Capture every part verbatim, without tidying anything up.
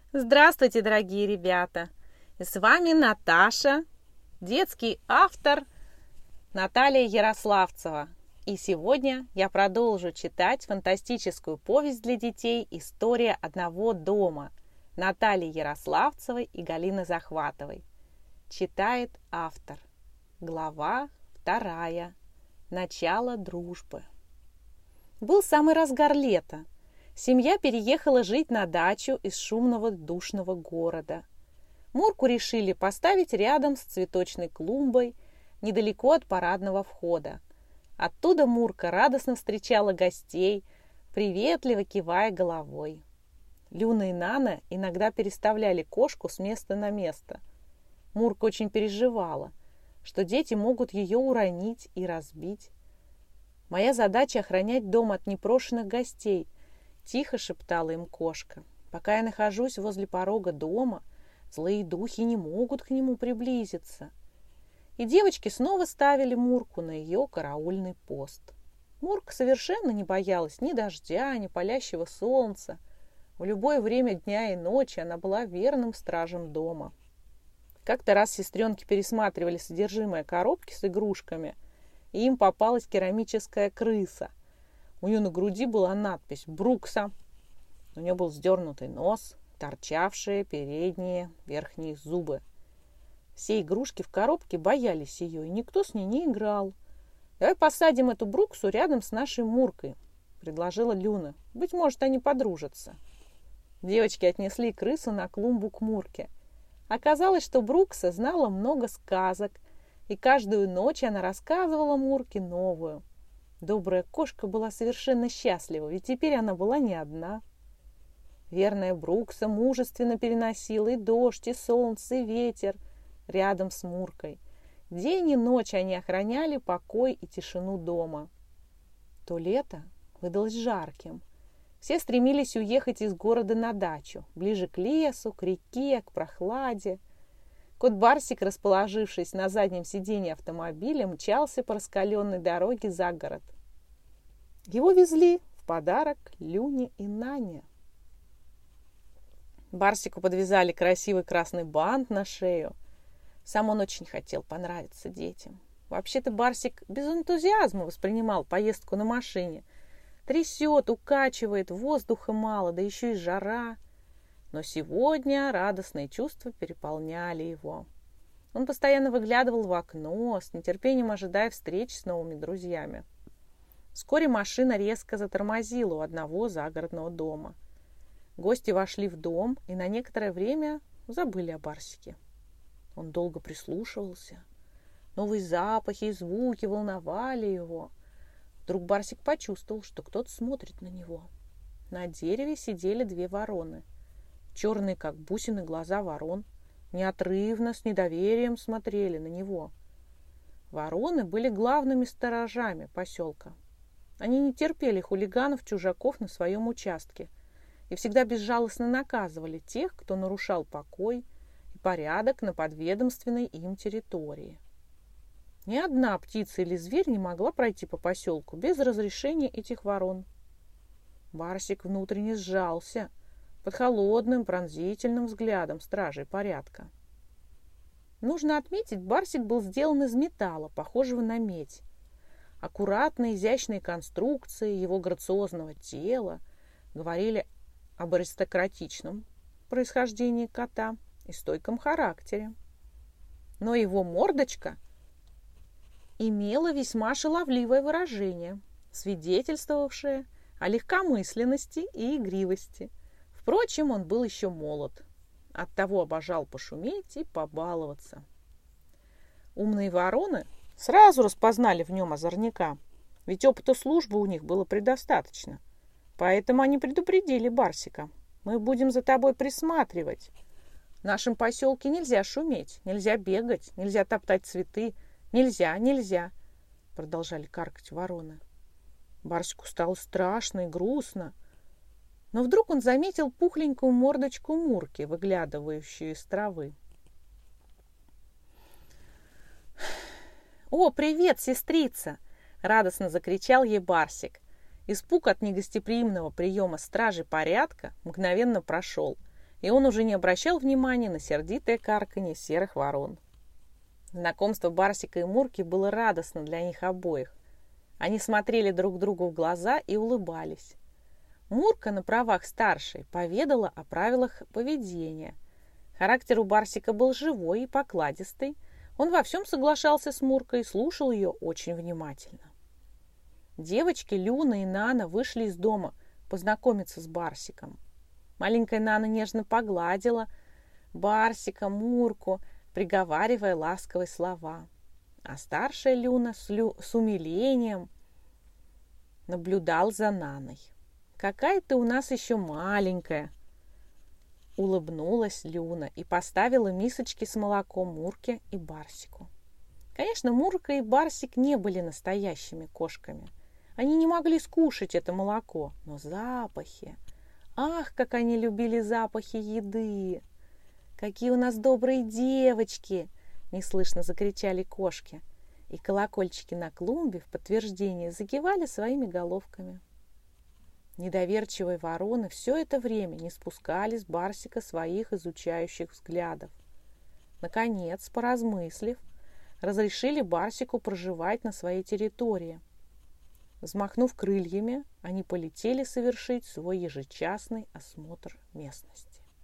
Здравствуйте, дорогие ребята! С вами Наташа, детский автор Наталья Ярославцева. И сегодня я продолжу читать фантастическую повесть для детей «История одного дома» Натальи Ярославцевой и Галины Захватовой. Читает автор. Глава вторая. Начало дружбы. Был самый разгар лета. Семья переехала жить на дачу из шумного душного города. Мурку решили поставить рядом с цветочной клумбой, недалеко от парадного входа. Оттуда Мурка радостно встречала гостей, приветливо кивая головой. Люна и Нана иногда переставляли кошку с места на место. Мурка очень переживала, что дети могут ее уронить и разбить. «Моя задача — охранять дом от непрошенных гостей», — тихо шептала им кошка. «Пока я нахожусь возле порога дома, злые духи не могут к нему приблизиться». И девочки снова ставили Мурку на ее караульный пост. Мурка совершенно не боялась ни дождя, ни палящего солнца. В любое время дня и ночи она была верным стражем дома. Как-то раз сестренки пересматривали содержимое коробки с игрушками, и им попалась керамическая крыса. У нее на груди была надпись «Брукса». У нее был вздернутый нос, торчавшие передние верхние зубы. Все игрушки в коробке боялись ее, и никто с ней не играл. «Давай посадим эту Бруксу рядом с нашей Муркой», — предложила Люна. «Быть может, они подружатся». Девочки отнесли крысу на клумбу к Мурке. Оказалось, что Брукса знала много сказок, и каждую ночь она рассказывала Мурке новую. Добрая кошка была совершенно счастлива, ведь теперь она была не одна. Верная Брукса мужественно переносила и дождь, и солнце, и ветер рядом с Муркой. День и ночь они охраняли покой и тишину дома. То лето выдалось жарким. Все стремились уехать из города на дачу, ближе к лесу, к реке, к прохладе. Кот Барсик, расположившись на заднем сиденье автомобиля, мчался по раскаленной дороге за город. Его везли в подарок Люне и Нане. Барсику подвязали красивый красный бант на шею. Сам он очень хотел понравиться детям. Вообще-то Барсик без энтузиазма воспринимал поездку на машине. Трясет, укачивает, воздуха мало, да еще и жара. Но сегодня радостные чувства переполняли его. Он постоянно выглядывал в окно, с нетерпением ожидая встречи с новыми друзьями. Вскоре машина резко затормозила у одного загородного дома. Гости вошли в дом и на некоторое время забыли о Барсике. Он долго прислушивался. Новые запахи и звуки волновали его. Вдруг Барсик почувствовал, что кто-то смотрит на него. На дереве сидели две вороны. Черные, как бусины, глаза ворон неотрывно, с недоверием смотрели на него. Вороны были главными сторожами поселка. Они не терпели хулиганов-чужаков на своем участке и всегда безжалостно наказывали тех, кто нарушал покой и порядок на подведомственной им территории. Ни одна птица или зверь не могла пройти по поселку без разрешения этих ворон. Барсик внутренне сжался под холодным пронзительным взглядом стражей порядка. Нужно отметить, Барсик был сделан из металла, похожего на медь. Аккуратные, изящные конструкции его грациозного тела говорили об аристократичном происхождении кота и стойком характере. Но его мордочка имела весьма шаловливое выражение, свидетельствовавшее о легкомысленности и игривости. Впрочем, он был еще молод, оттого обожал пошуметь и побаловаться. Умные вороны сразу распознали в нем озорника, ведь опыта службы у них было предостаточно. Поэтому они предупредили Барсика: «Мы будем за тобой присматривать. В нашем поселке нельзя шуметь, нельзя бегать, нельзя топтать цветы, нельзя, нельзя», — продолжали каркать вороны. Барсику стало страшно и грустно. Но вдруг он заметил пухленькую мордочку Мурки, выглядывающую из травы. «О, привет, сестрица!» — радостно закричал ей Барсик. Испуг от негостеприимного приема стражи порядка мгновенно прошел, и он уже не обращал внимания на сердитое карканье серых ворон. Знакомство Барсика и Мурки было радостно для них обоих. Они смотрели друг другу в глаза и улыбались. Мурка на правах старшей поведала о правилах поведения. Характер у Барсика был живой и покладистый. Он во всем соглашался с Муркой и слушал ее очень внимательно. Девочки Люна и Нана вышли из дома познакомиться с Барсиком. Маленькая Нана нежно погладила Барсика, Мурку, приговаривая ласковые слова. А старшая Люна с, лю... с умилением наблюдал за Наной. «Какая ты у нас еще маленькая!» Улыбнулась Люна и поставила мисочки с молоком Мурке и Барсику. Конечно, Мурка и Барсик не были настоящими кошками. Они не могли скушать это молоко, но запахи... Ах, как они любили запахи еды! «Какие у нас добрые девочки!» — неслышно закричали кошки, и колокольчики на клумбе в подтверждение закивали своими головками. Недоверчивые вороны все это время не спускали с Барсика своих изучающих взглядов. Наконец, поразмыслив, разрешили Барсику проживать на своей территории. Взмахнув крыльями, они полетели совершить свой ежечасный осмотр местности.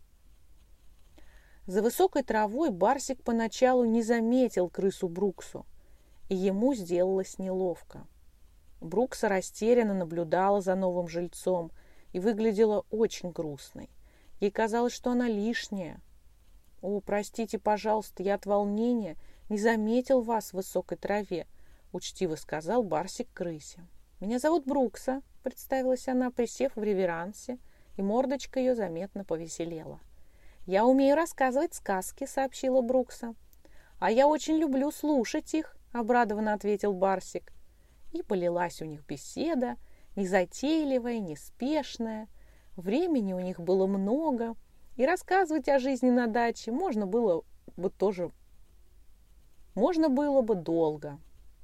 За высокой травой Барсик поначалу не заметил крысу Бруксу, и ему сделалось неловко. Брукса растерянно наблюдала за новым жильцом и выглядела очень грустной. Ей казалось, что она лишняя. «О, простите, пожалуйста, я от волнения не заметил вас в высокой траве», — учтиво сказал Барсик крысе. «Меня зовут Брукса», — представилась она, присев в реверансе, и мордочка ее заметно повеселела. «Я умею рассказывать сказки», — сообщила Брукса. «А я очень люблю слушать их», — обрадованно ответил Барсик. И полилась у них беседа, незатейливая, неспешная. Времени у них было много, и рассказывать о жизни на даче можно было бы тоже, можно было бы долго.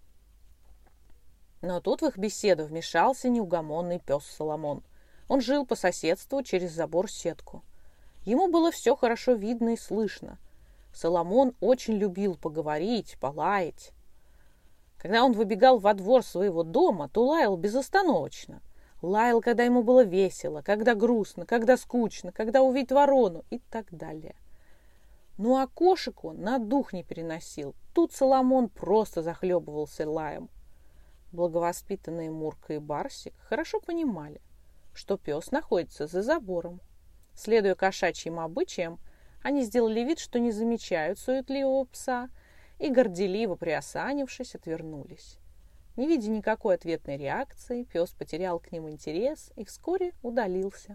Но тут в их беседу вмешался неугомонный пес Соломон. Он жил по соседству через забор-сетку. Ему было все хорошо видно и слышно. Соломон очень любил поговорить, полаять. Когда он выбегал во двор своего дома, то лаял безостановочно. Лаял, когда ему было весело, когда грустно, когда скучно, когда увидит ворону и так далее. Ну а кошек он на дух не переносил. Тут Соломон просто захлебывался лаем. Благовоспитанные Мурка и Барсик хорошо понимали, что пес находится за забором. Следуя кошачьим обычаям, они сделали вид, что не замечают суетливого пса, и, горделиво приосанившись, отвернулись. Не видя никакой ответной реакции, пес потерял к ним интерес и вскоре удалился.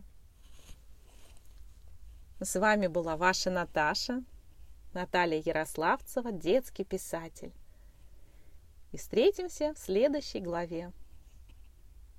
С вами была ваша Наташа, Наталья Ярославцева, детский писатель. И встретимся в следующей главе.